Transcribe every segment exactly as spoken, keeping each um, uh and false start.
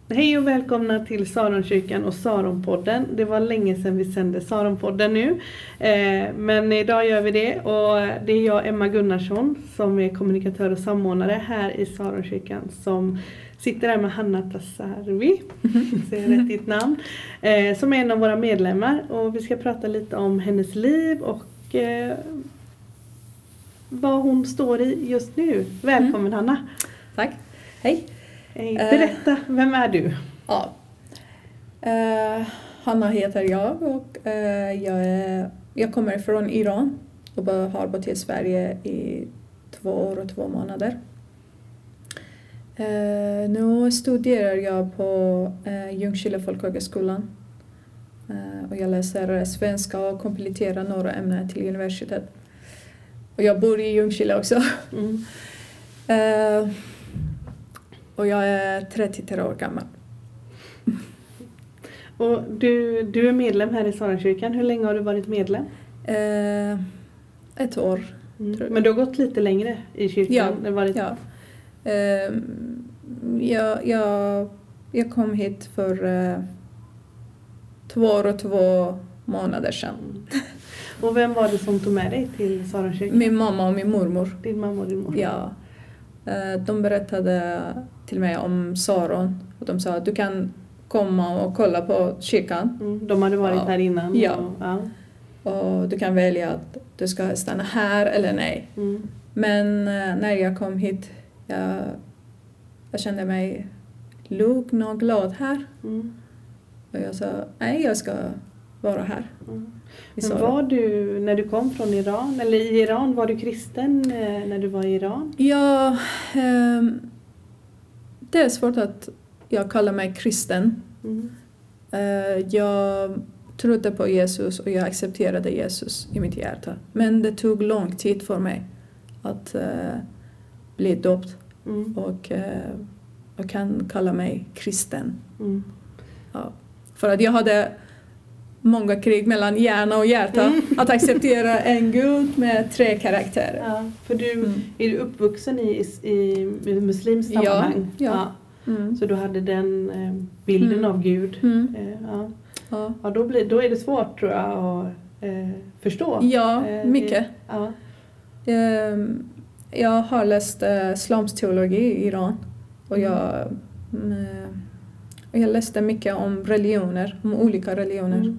Hej och välkomna till Saronkyrkan och Saronpodden. Det var länge sedan vi sände Saronpodden nu. Eh, men idag gör vi det. Och det är jag, Emma Gunnarsson, som är kommunikatör och samordnare här i Saronkyrkan. Som sitter här med Hanna Tassarvi, säger rätt ditt namn. Eh, som är en av våra medlemmar. Och vi ska prata lite om hennes liv och eh, vad hon står i just nu. Välkommen mm. Hanna. Tack. Hej. Berätta, uh, vem är du? Ja. Uh, Hanna heter jag och uh, jag, är, jag kommer från Iran och har bott i Sverige i två år och två månader. Uh, nu studerar jag på uh, Ljungskile folkhögskolan uh, och jag läser svenska och kompletterar några ämnen till universitet. Och jag bor i Ljungskile också. Mm. Uh, Och jag är trettiotre år gammal. Och du, du är medlem här i Saronkyrkan. Hur länge har du varit medlem? Eh, ett år. Mm. Men du har gått lite längre i kyrkan? Ja. Det varit... ja. Eh, jag, jag, jag kom hit för eh, två år och två månader sedan. Mm. Och vem var det som tog med dig till Saronkyrkan? Min mamma och min mormor. Din mamma och din mormor? Ja. De berättade till mig om Saron och de sa att du kan komma och kolla på kyrkan. Mm, de hade varit ja. här innan. Ja. Och, ja. Och du kan välja att du ska stanna här eller nej. Mm. Men när jag kom hit, jag, jag kände mig lugn och glad här. Mm. Och jag sa, nej jag ska vara här. Mm. Men var du, när du kom från Iran, eller i Iran, var du kristen när du var i Iran? Ja, eh, det är svårt att jag kallar mig kristen. Mm. Eh, jag trodde på Jesus och jag accepterade Jesus i mitt hjärta. Men det tog lång tid för mig att eh, bli döpt mm. och, eh, och kan kalla mig kristen. Mm. Ja. För att jag hade många krig mellan hjärna och hjärta. Mm. Att acceptera en Gud med tre karaktärer. Ja, för du mm. är du uppvuxen i, i, i muslimskt sammanhang. Ja, ja. Ja. Mm. Så du hade den eh, bilden mm. av Gud. Mm. Eh, ja. Ja. Ja, då, blir, då är det svårt tror jag att eh, förstå. Ja, eh, mycket. Ja. Eh, jag har läst eh, islamsteologi i Iran. Och jag, eh, jag läste mycket om religioner. Om olika religioner. Mm.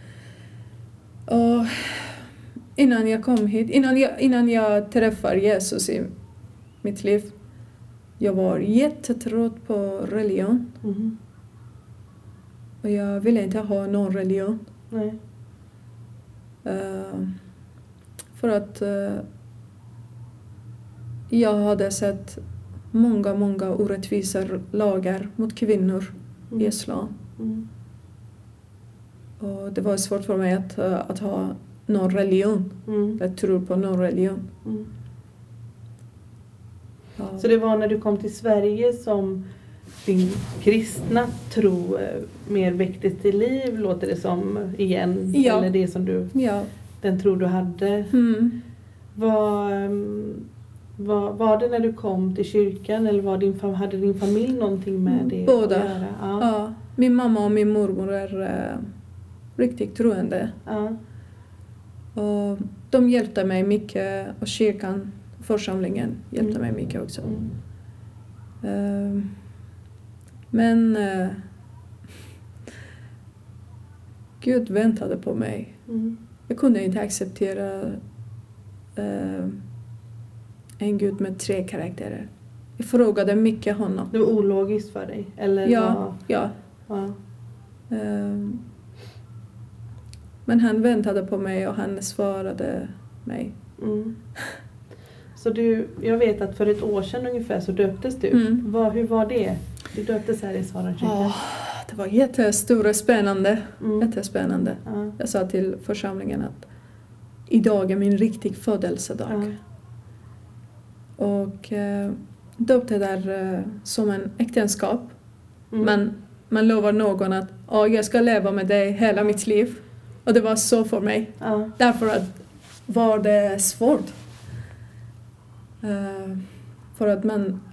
Och innan jag kom hit, innan jag, innan jag träffade Jesus i mitt liv, jag var jättetrött på religion. Mm. Och jag ville inte ha någon religion. Nej. Uh, för att uh, jag hade sett många, många orättvisa lagar mot kvinnor mm. i islam. Mm. Och det var svårt för mig att, att ha någon religion. Mm. Jag tror på någon religion. Mm. Ja. Så det var när du kom till Sverige som din kristna tro mer väcktes till liv, låter det som igen? Ja. Eller det som du, ja. den tro du hade. Mm. Var, var, var det när du kom till kyrkan eller var din, hade din familj någonting med det Båda. att göra? Ja. Ja. Min mamma och min mormor är uh, riktigt troende. Ja. Och de hjälpte mig mycket och kyrkan, församlingen hjälpte mm. mig mycket också. Mm. Uh, men uh, Gud väntade på mig. Mm. Jag kunde inte acceptera uh, en Gud med tre karaktärer. Jag frågade mycket honom. Det var ologiskt för dig? Eller ja, var... ja. ja. Uh, Men han väntade på mig och han svarade mig. Mm. Så du, jag vet att för ett år sedan ungefär så döptes du. Mm. Var, hur var det? Du döptes här i Saronkyrkan. Oh, det var jättestort och spännande. Mm. Jättespännande. Ja. Jag sa till församlingen att idag är min riktig födelsedag. Ja. Och eh, döpte där eh, som en äktenskap. Mm. Men man lovar någon att oh, jag ska leva med dig hela mitt liv. Och det var så för mig. Ja. Därför att var det svårt. Uh, för att man,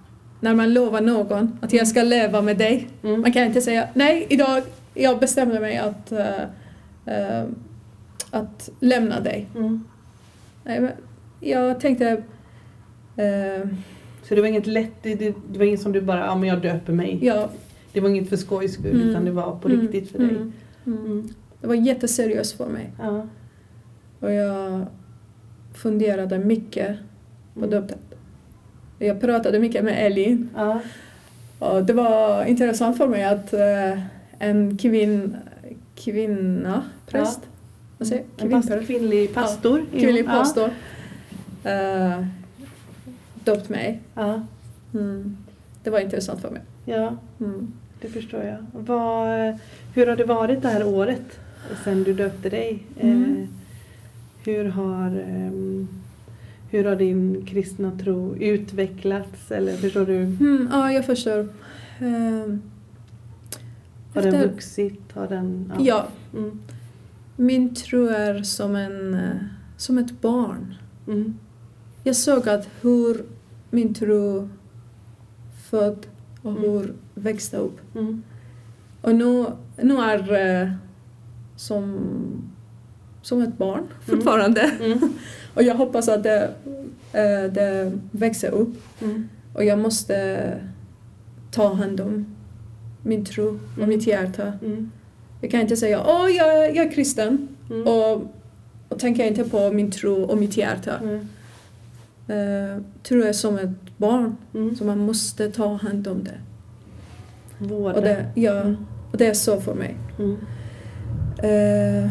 när man lovar någon att jag ska leva med dig. Mm. Man kan inte säga nej, idag jag bestämde mig att, uh, uh, att lämna dig. Mm. Nej, men jag tänkte... Uh, så det var inget lätt, det, det, det var inget som du bara, ja men jag döper mig. Ja. Det var inget för skojs skull, Mm. utan det var på Mm. riktigt för dig. Mm. Mm. Mm. Det var jätteseriöst för mig. Ja. Och jag funderade mycket på Mm. döpet. Jag pratade mycket med Elin. Ja. Och det var intressant för mig att uh, en kvinn, kvinna, präst, Ja. vad säger En jag? past, kvinnlig pastor. Ja, kvinnlig Ja. pastor. Uh, döpt mig. Ja. Mm. Det var intressant för mig. Ja, Mm. det förstår jag. Vad, hur har det varit det här året sedan du döpte dig? Mm. Eh, hur, har, eh, hur har din kristna tro utvecklats? Eller förstår du? Mm, ja, jag förstår. Uh, Har den vuxit? Har den, ja. Ja. Mm. Min tro är som, en, uh, som ett barn. Mm. Jag såg att hur min tro född och Mm. hur växte upp. Mm. Och nu, nu är det som, som ett barn fortfarande. Mm. Och jag hoppas att det, eh, det växer upp. Mm. Och jag måste ta hand om min tro och Mm. mitt hjärta. Mm. Jag kan inte säga åh jag, jag är kristen Mm. och, och tänker inte på min tro och mitt hjärta. Mm. Uh, tro är som ett barn, Mm. så man måste ta hand om det. Vårda. Och det, ja, Mm. och det är så för mig. Mm. Uh,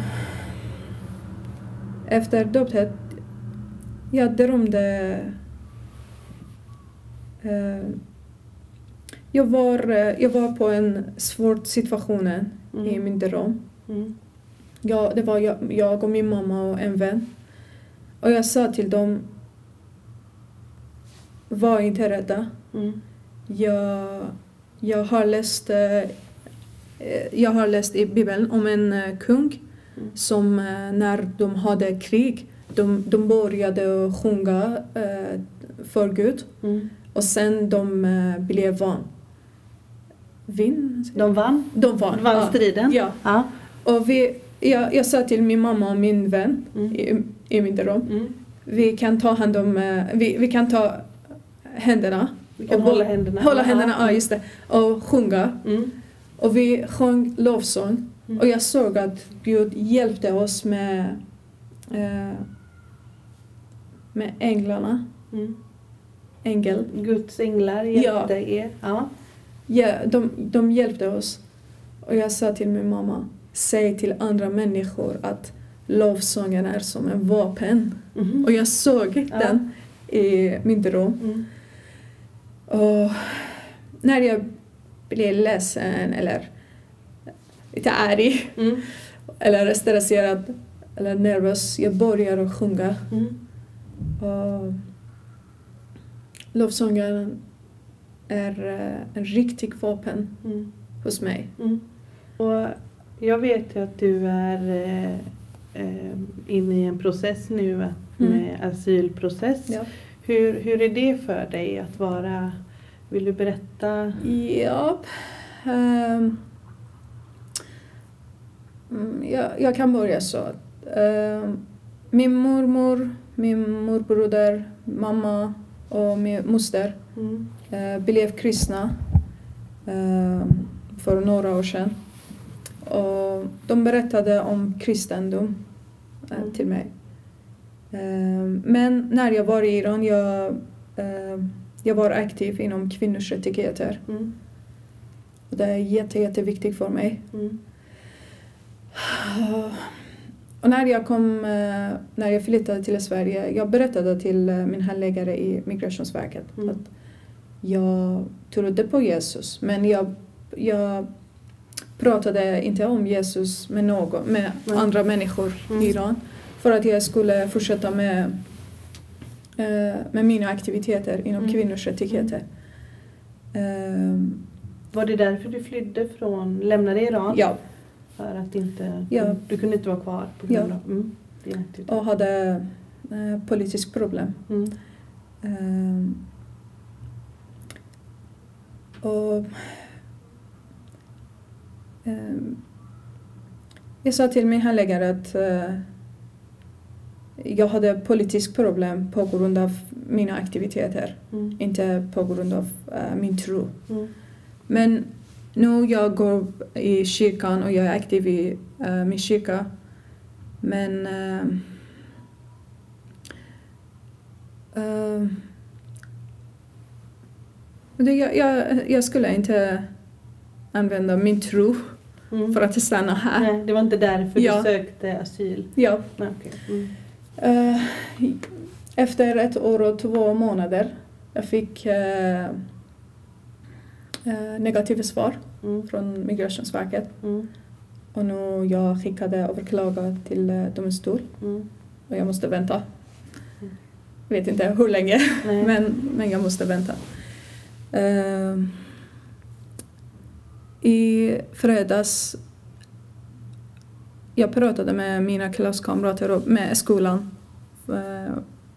efter döpet, jag drömde... Uh, jag, var, jag var på en svår situation Mm. i min dröm. Mm. Jag, det var jag, jag och min mamma och en vän. Och jag sa till dem, var inte rädda. Mm. Jag, jag, har läst, eh, jag har läst i Bibeln om en eh, kung Mm. som eh, när de hade krig, de, de började sjunga eh, för Gud Mm. och sen de eh, blev van. Vinn? De vann? De vann. Vann Ja. striden? Ja. Ja. Och vi, jag, jag sa till min mamma och min vän Mm. i, i min dröm, Mm. vi kan ta hand om, eh, vi, vi kan ta händerna. Vi kan och hålla händerna. Hålla händerna, Ja. ja just det. Och sjunga. Mm. Och vi sjöng lovsång. Mm. Och jag såg att Gud hjälpte oss med, eh, med änglarna. Mm. Ängel. Guds änglar hjälpte Ja. er. Ja. Ja, de, de hjälpte oss. Och jag sa till min mamma, säg till andra människor att lovsången är som en vapen. Mhm. Och jag såg Ja. den i min dröm. Mm. Och när jag blev ledsen eller lite arg Mm. eller stressad eller nervös, jag började sjunga. Mm. Och lovsången är eh, en riktig vapen Mm. hos mig. Mm. Och jag vet ju att du är eh, eh, inne i en process nu att- Mm. med asylprocess. Ja. Hur, hur är det för dig att vara, vill du berätta? Ja. ehm, mm, jag, jag kan börja så. Ehm, min mormor, min morbroder, mamma och min moster Mm. eh, blev kristna eh, för några år sedan. Och de berättade om kristendom eh, Mm. till mig. Eh, men när jag var i Iran, jag, eh, jag var aktiv inom kvinnors rättigheter. Mm. Och det är jätte, jätteviktigt för mig. Mm. Och när jag kom, eh, när jag flyttade till Sverige, jag berättade till eh, min handläggare i Migrationsverket Mm. att jag trodde på Jesus, men jag, jag pratade inte om Jesus med någon, med Mm. andra människor Mm. i Iran, för att jag skulle fortsätta med, eh, med mina aktiviteter inom Mm. kvinnors rättigheter. Ehm, Var det därför du flydde från, lämnade Iran? ja, För att inte, Ja. du kunde inte vara kvar på grund Ja. av mm, det är typ. och hade eh, politiskt problem. Mm. Ehm, Och eh, jag sa till min handläggare att eh, jag hade politiskt problem på grund av mina aktiviteter. Mm. Inte på grund av uh, min tro. Mm. Men nu jag går i kyrkan och jag är aktiv i uh, min kyrka. Men uh, uh, det, jag, jag, jag skulle inte använda min tro mm. för att stanna här. Nej, det var inte därför ja. du sökte asyl? Ja. Nej, okay. mm. Uh, efter ett år och två månader jag fick uh, uh, negativa svar mm. från Migrationsverket. Mm. Och nu jag skickade överklaga till uh, domstol. Mm. Och jag måste vänta. Mm. Jag vet inte hur länge, men, men jag måste vänta. Uh, I fredags jag pratade med mina klasskamrater och med skolan eh,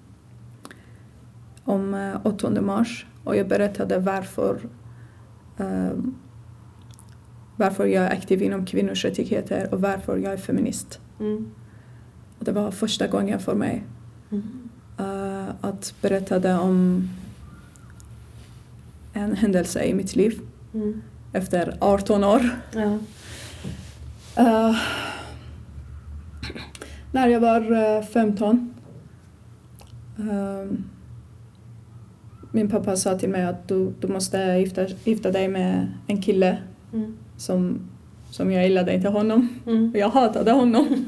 om eh, åttonde mars och jag berättade varför eh, varför jag är aktiv inom kvinnors rättigheter och varför jag är feminist. Mm. Och det var första gången för mig mm. eh, att berätta om en händelse i mitt liv mm. efter arton år. Ja. Uh, när jag var uh, femton uh, min pappa sa till mig att du, du måste gifta, gifta dig med en kille mm. som, som jag gillade inte honom. Mm. Jag hatade honom.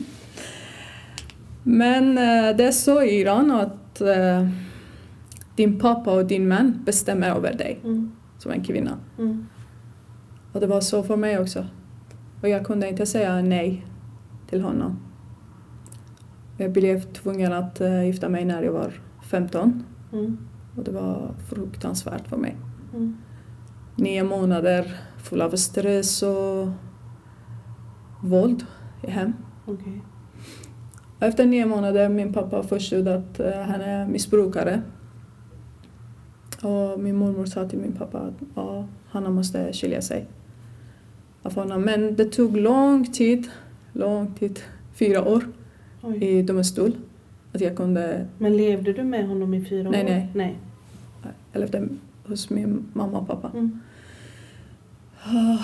Men uh, det är så i Iran att uh, din pappa och din man bestämmer över dig mm. som en kvinna. Mm. Och det var så för mig också. Och jag kunde inte säga nej till honom. Jag blev tvungen att uh, gifta mig när jag var femton. Mm. Och det var fruktansvärt för mig. Mm. Nio månader full av stress och våld i hem. Okay. Efter nio månader min pappa förstod att uh, han är missbrukare. Och min mormor sa till min pappa att ja, han måste skilja sig av honom. Men det tog lång tid, lång tid, fyra år Oj. I domstol. Att jag kunde... Men levde du med honom i fyra nej, år? Nej, nej. Jag levde hos min mamma och pappa. Mm. Uh,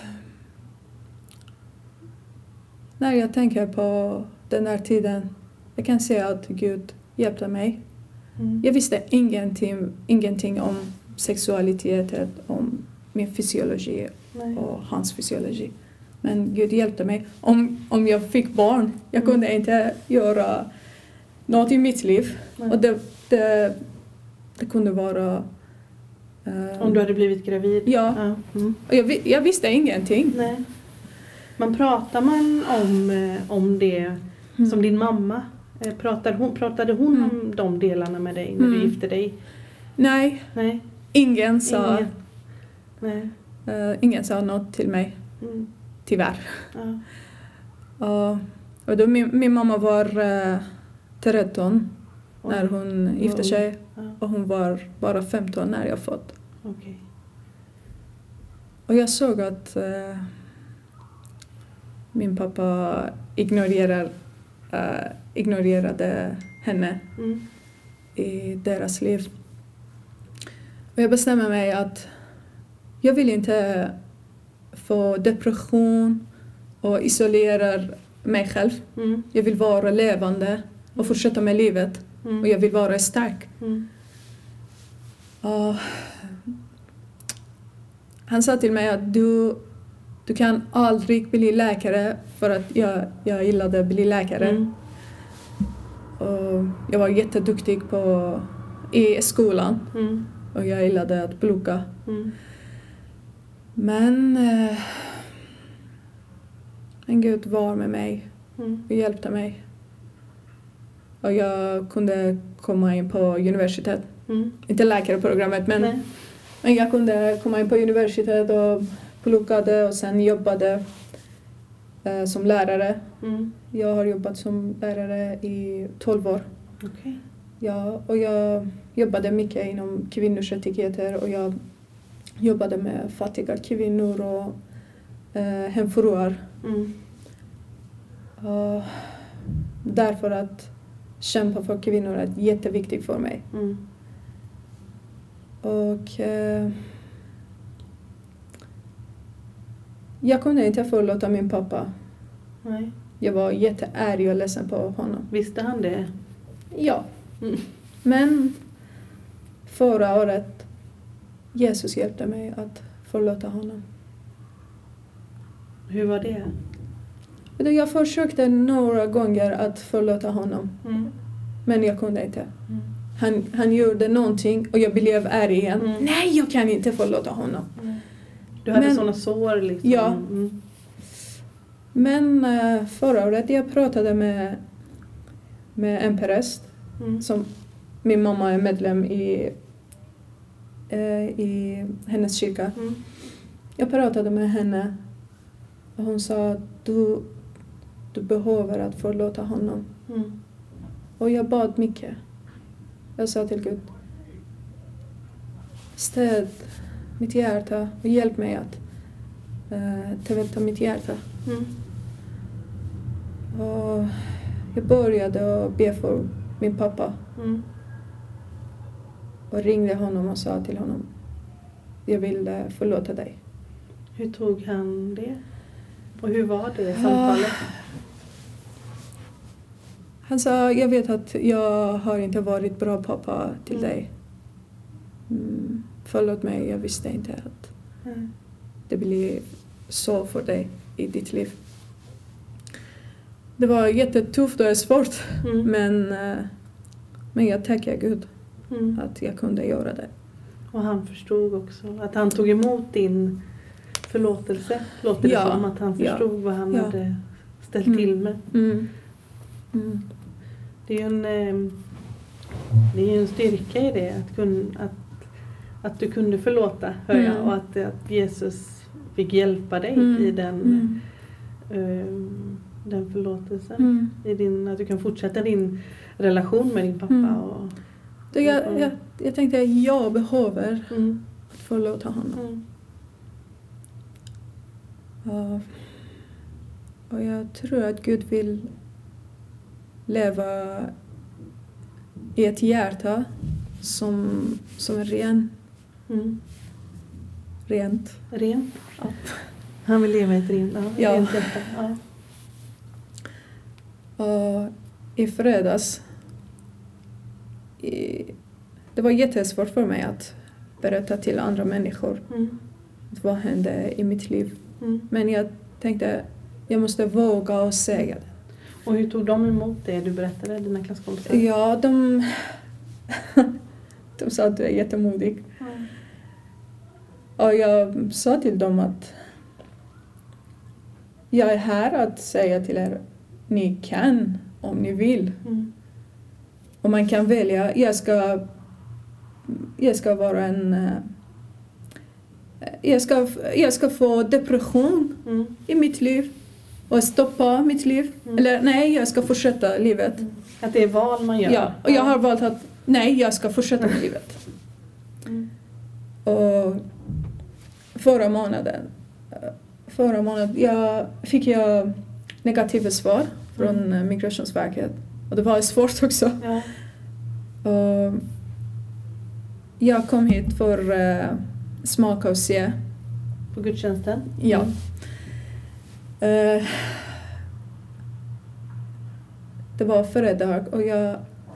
när jag tänker på den här tiden, jag kan säga att Gud hjälpte mig. Mm. Jag visste ingenting, ingenting om sexualitet, om min fysiologi Nej. Och hans fysiologi. Men Gud hjälpte mig. Om, om jag fick barn, jag mm. kunde inte göra något i mitt liv. Nej. Och det, det, det kunde vara... Uh, om du hade blivit gravid? Ja. ja. Mm. Och jag, jag visste ingenting. Nej. Men pratar man om, om det mm. som din mamma? Pratade hon, pratade hon mm. om de delarna med dig när mm. du gifte dig? Nej. Nej. Ingen sa... Ingen. Nej. Uh, ingen sa något till mig. Mm. Tyvärr. Ja. Uh, och då min, min mamma var uh, tretton Oj. När hon gifte sig. Ja. Och hon var bara femton när jag född. Okay. Och jag såg att uh, min pappa ignorerar, uh, ignorerade henne mm. i deras liv. Och jag bestämde mig att jag vill inte få depression och isolera mig själv. Mm. Jag vill vara levande och fortsätta med livet. Mm. Och jag vill vara stark. Mm. Och han sa till mig att du, du kan aldrig bli läkare för att jag, jag gillade att bli läkare. Mm. Och jag var jätteduktig på, i skolan. Mm. Och jag gillade att plugga. Mm. Men eh, en Gud var med mig mm. och hjälpte mig. Och jag kunde komma in på universitet. Mm. Inte läkarprogrammet, men, men jag kunde komma in på universitet och pluggade och sen jobbade eh, som lärare. Mm. Jag har jobbat som lärare i tolv år. Okay. Ja, och jag jobbade mycket inom kvinnors rättigheter och jag jobbade med fattiga kvinnor och eh, hemfruar. Mm. Och därför att kämpa för kvinnor är jätteviktigt för mig. Mm. Och eh, jag kunde inte förlåta min pappa. Nej. Jag var jättearg och ledsen på honom. Visste han det? Ja. Mm. Men förra året Jesus hjälpte mig att förlåta honom. Hur var det? Jag försökte några gånger att förlåta honom. Mm. Men jag kunde inte. Mm. Han, han gjorde någonting och jag blev arg igen. Mm. Nej, jag kan inte förlåta honom. Mm. Du hade Men- sådana sår liksom? Ja. Mm. Men uh, förra året jag pratade med, med en präst. Mm. Som min mamma är medlem i, uh, i hennes kyrka. Mm. Jag pratade med henne. Och hon sa att du, du behöver att förlåta honom. Mm. Och jag bad mycket. Jag sa till Gud. Städ mitt hjärta och hjälp mig att uh, tvätta mitt hjärta. Mm. Och jag började att be för min pappa. Mm. Och ringde honom och sa till honom. Jag vill uh, förlåta dig. Hur tog han det? Och hur var det samtalet? Han sa, jag vet att jag har inte varit bra pappa till Mm. dig. Mm, förlåt mig, jag visste inte att Mm. det blir så för dig i ditt liv. Det var jättetufft och svårt, Mm. men, eh, men jag tackar Gud Mm. att jag kunde göra det. Och han förstod också att han tog emot din förlåtelse. Låter Ja. det som att han Ja. förstod vad han Ja. hade ställt Mm. till med. Mm. Mm. Det är ju en, eh, det är ju en styrka i det. Att, kun, att, att du kunde förlåta, hör jag. Mm. Och att, att Jesus fick hjälpa dig Mm. i den, Mm. eh, den förlåtelsen. Mm. I din, att du kan fortsätta din relation med din pappa. Mm. Och, Så jag, jag, jag tänkte att jag behöver mm. förlåta honom. Mm. Och, och jag tror att Gud vill leva i ett hjärta som, som är ren, Mm. rent. Rent. Ja. Han vill leva i ett rent, ja, Ja. rent hjärta. Ja. Och i fredags, i, det var jättesvårt för mig att berätta till andra människor Mm. vad hände i mitt liv. Mm. Men jag tänkte, jag måste våga och säga det. Och hur tog de emot det du berättade, dina klasskompisar? Ja, de, de sa att du är jättemodig. Mm. Och jag sa till dem att jag är här att säga till er, ni kan om ni vill. Mm. Och man kan välja, jag ska, jag ska vara en... eh, Jag ska, jag ska få depression Mm. i mitt liv och stoppa mitt liv. Mm. Eller nej, jag ska fortsätta livet. Mm. Att det är val man gör. Ja, och jag har valt att nej, jag ska fortsätta med livet. Mm. Och förra månaden, förra månaden jag fick jag negativa svar från Mm. Migrationsverket. Och det var svårt också. Ja. Och jag kom hit för uh, smaka och se. På gudstjänsten? Ja. Mm. Uh, det var fredag och jag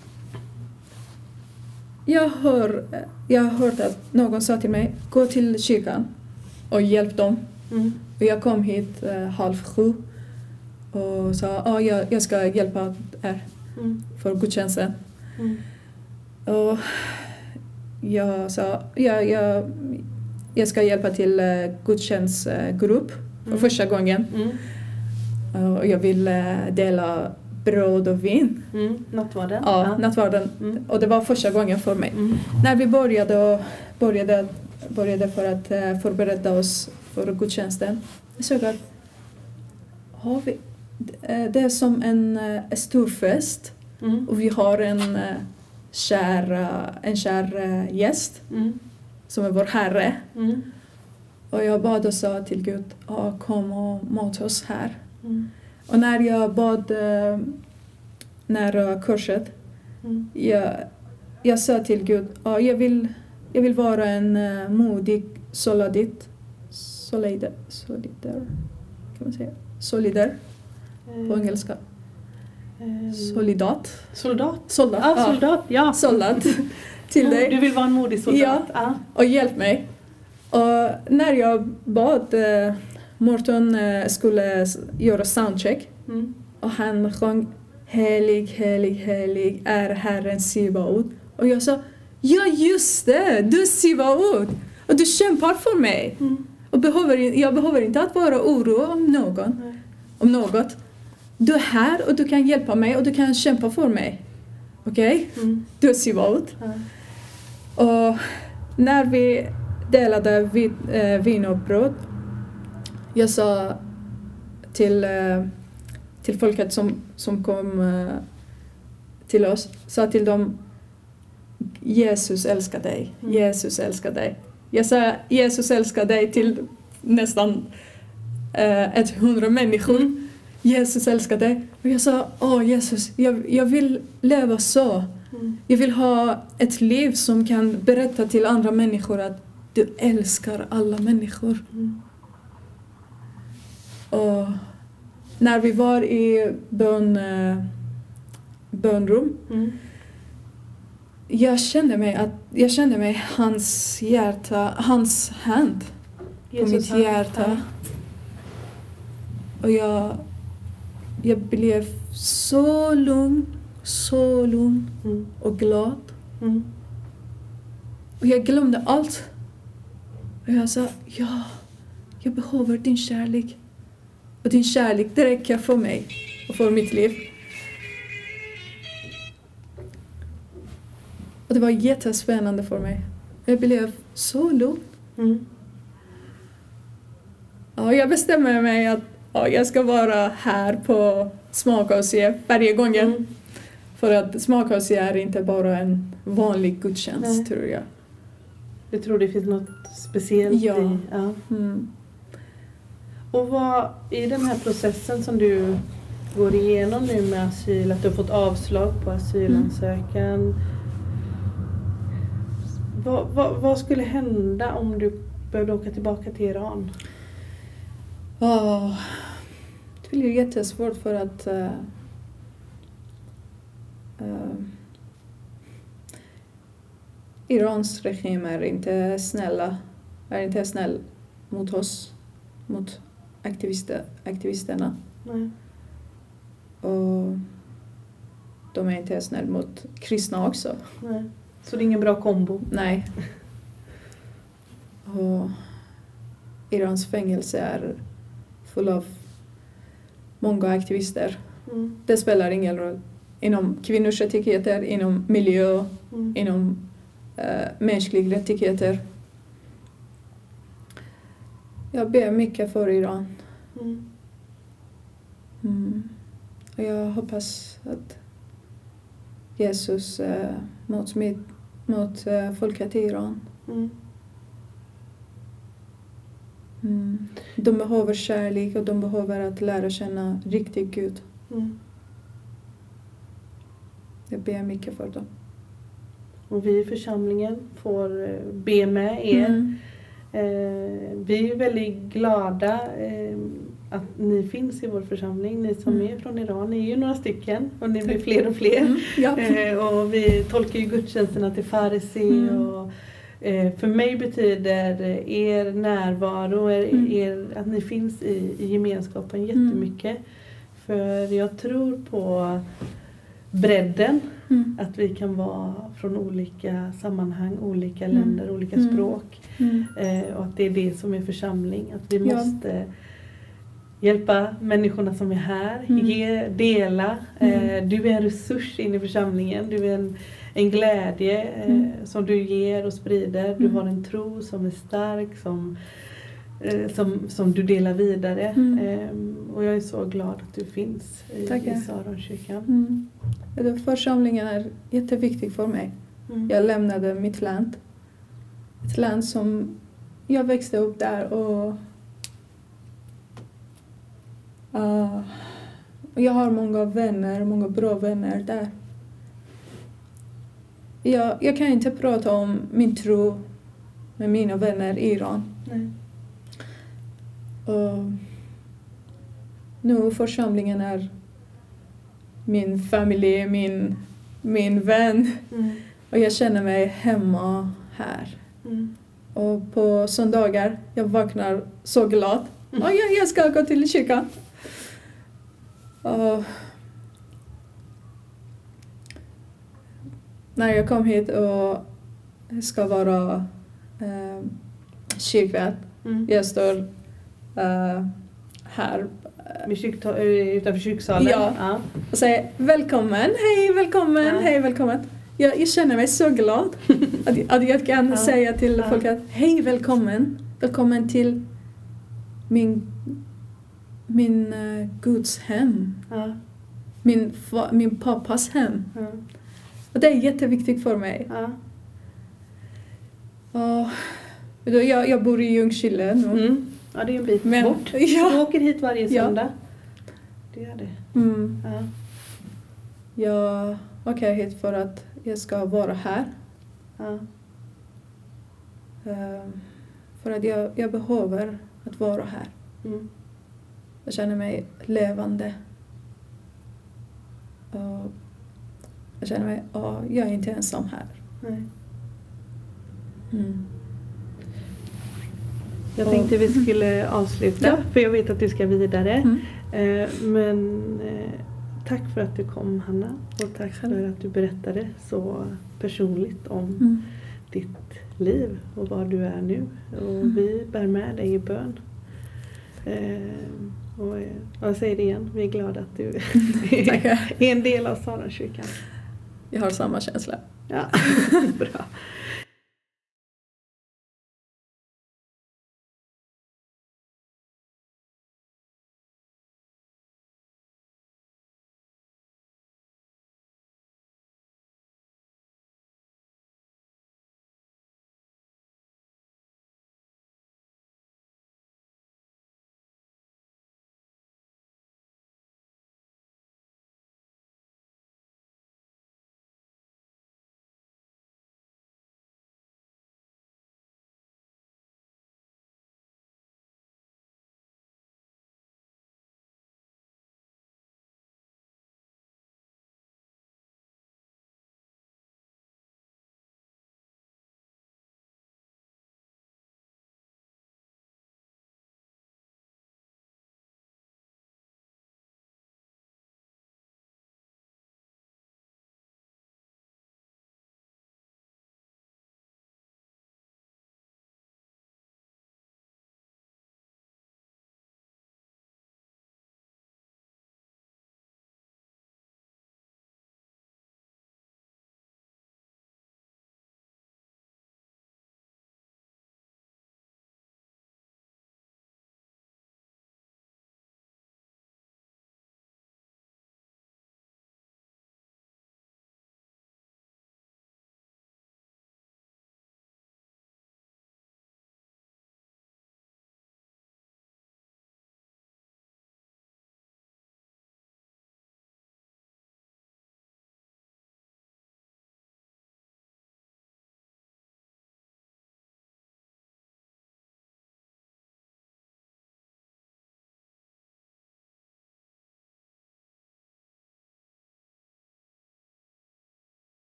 jag hör jag har hört att någon sa till mig, gå till kyrkan och hjälp dem. Mm. Och jag kom hit uh, halv sju och sa, ah, jag, jag ska hjälpa er Mm. för gudstjänsten. Mm. Och jag sa, ja, jag, jag ska hjälpa till uh, gudstjänstgrupp för Mm. första gången. Mm. Och jag vill uh, dela bröd och vin. Mm. Nattvarden? Ja, nattvarden. Mm. Och det var första gången för mig. Mm. När vi började, började, började för att uh, förbereda oss för gudstjänsten, jag såg att har vi, det är som en uh, stor fest. Mm. Och vi har en uh, kär, uh, en kär uh, gäst. Mm. som är vår Herre. Mm. Och jag bad och sa till Gud, ja, kom och mot oss här. Mm. Och när jag bad eh, nära korset, Mm. jag, jag sa till Gud, ja, jag, vill, jag vill vara en uh, modig solidit, solidar, solidar, kan man säga, solidar på Eh, engelska. eh, Solidat. Soldat? Soldat. Ja, soldat. Ja. Soldat till dig. Du vill vara en modig soldat? Ja. Ja. Och hjälp mig. Och när jag bad, eh, Morton eh, skulle s- göra soundcheck. Mm. Och han sjöng helig, helig, helig är Herren Sibaot. Och jag sa, ja just det, du är Sibaot. Och du kämpar för mig. Mm. Och behöver, jag behöver inte att vara orolig om någon. Nej. Om något. Du är här och du kan hjälpa mig och du kan kämpa för mig. Okej? Okay? Mm. Du är Sibaot. Ja. Och när vi delade vin, äh, vin och bröd, jag sa till, äh, till folket som, som kom äh, till oss, sa till dem, Jesus älskar dig, Mm. Jesus älskar dig. Jag sa Jesus älskar dig till nästan äh, ett hundra människor. Mm. Jesus älskar dig. Och jag sa, åh Jesus, jag, jag vill leva så. Mm. Jag vill ha ett liv som kan berätta till andra människor att du älskar alla människor. Mm. Och när vi var i bön, äh, bönrum, Mm. jag kände mig att jag kände mig hans hjärta, hans hand på mitt han- hjärta. Ja. Och jag, jag blev så lugn, så lugn Mm. och glad. Mm. Och jag glömde allt. Och jag sa, ja, jag behöver din kärlek. Och din kärlek, det räcker för mig och för mitt liv. Och det var jättespännande för mig. Jag blev så lugn. Mm. Ja, jag bestämmer mig att ja, jag ska vara här på Smakhuset varje gång. Mm. För att Smakhuset är inte bara en vanlig gudstjänst, Nej. tror jag. Du tror det finns något speciellt Ja. i... Ja. Mm. Och vad, i den här processen som du går igenom nu med asyl, att du har fått avslag på asylansökan. Vad, vad, vad skulle hända om du behövde åka tillbaka till Iran? Oh, det blir jättesvårt för att uh, uh, Irans regim är inte snälla, är inte snäll mot oss, mot aktivister, aktivisterna. Nej. Och de är inte snälla mot kristna också. Nej. Så det är ingen bra kombo? Nej. Och Irans fängelse är full av många aktivister. Mm. Det spelar ingen roll. Inom kvinnors rättigheter, inom miljö, Mm. inom äh, mänskliga rättigheter. Jag ber mycket för Iran. Mm. Mm. Och jag hoppas att Jesus äh, mot, mitt, mot äh, folket i Iran. Mm. Mm. De behöver kärlek och de behöver att lära känna riktig Gud. Mm. Jag ber mycket för dem. Och vi i församlingen får eh, be med er. Mm. Eh, vi är väldigt glada eh, att ni finns i vår församling. Ni som Mm. är från Iran, ni är ju några stycken och ni blir Tack. fler och fler. Mm. Ja. Eh, och vi tolkar ju gudstjänsterna till farisi. Mm. Och, eh, för mig betyder er närvaro, er, Mm. er, att ni finns i, i gemenskapen jättemycket. För jag tror på bredden. Mm. Att vi kan vara från olika sammanhang, olika Mm. länder, olika Mm. språk. Mm. Eh, och att det är det som är församling. Att vi Ja. måste hjälpa människorna som är här, Mm. ge, dela. Eh, Mm. du är en resurs in i församlingen. Du är en, en glädje eh, Mm. som du ger och sprider. Du Mm. har en tro som är stark, som, eh, som, som du delar vidare. Mm. Eh, och jag är så glad att du finns i, Tackar. i Saronkyrkan. Mm. Den församlingen är jätteviktig för mig. Mm. Jag lämnade mitt land ett land som jag växte upp där och uh, jag har många vänner, många bra vänner där. Jag, jag kan inte prata om min tro med mina vänner i Iran. Nej. Och nu församlingen är min familj, min, min vän. Mm. Och jag känner mig hemma här. Mm. Och på söndagar, jag vaknar så glad. Mm. Och jag, jag ska gå till kyrkan. Och när jag kom hit och ska vara eh, kyrkvärd. Mm. Jag står eh, här Med kyrkta- utanför kyrksalen? Ja. ja. och säger välkommen, hej välkommen, Ja. hej välkommen. Jag, jag känner mig så glad att, att jag kan Ja. säga till Ja. folk att hej välkommen, välkommen till min, min uh, Guds hem, Ja. min, fa, min pappas hem. Ja. Och det är jätteviktigt för mig. Ja. Och, då, jag, jag bor i Ljungskile nu. Mm. Ja, det är en bit Men- bort. ja. Du åker hit varje Ja. söndag? Det gör det. Mm. Ja. Jag åker hit för att jag ska vara här. Ja. Uh, för att jag, jag behöver att vara här. Mm. Jag känner mig levande. Och jag känner mig, ja, jag är inte ensam här. Nej. Mm. Jag Och- tänkte vi skulle avsluta, Ja. för jag vet att du ska vidare. Mm. Eh, men eh, tack för att du kom, Hanna. Och tack Själv. för att du berättade så personligt om Mm. ditt liv och var du är nu. Och Mm. vi bär med dig i bön. Eh, och eh, jag säger det igen, vi är glada att du Tackar. är en del av Saronkyrkan. Jag har samma känsla. Ja, bra.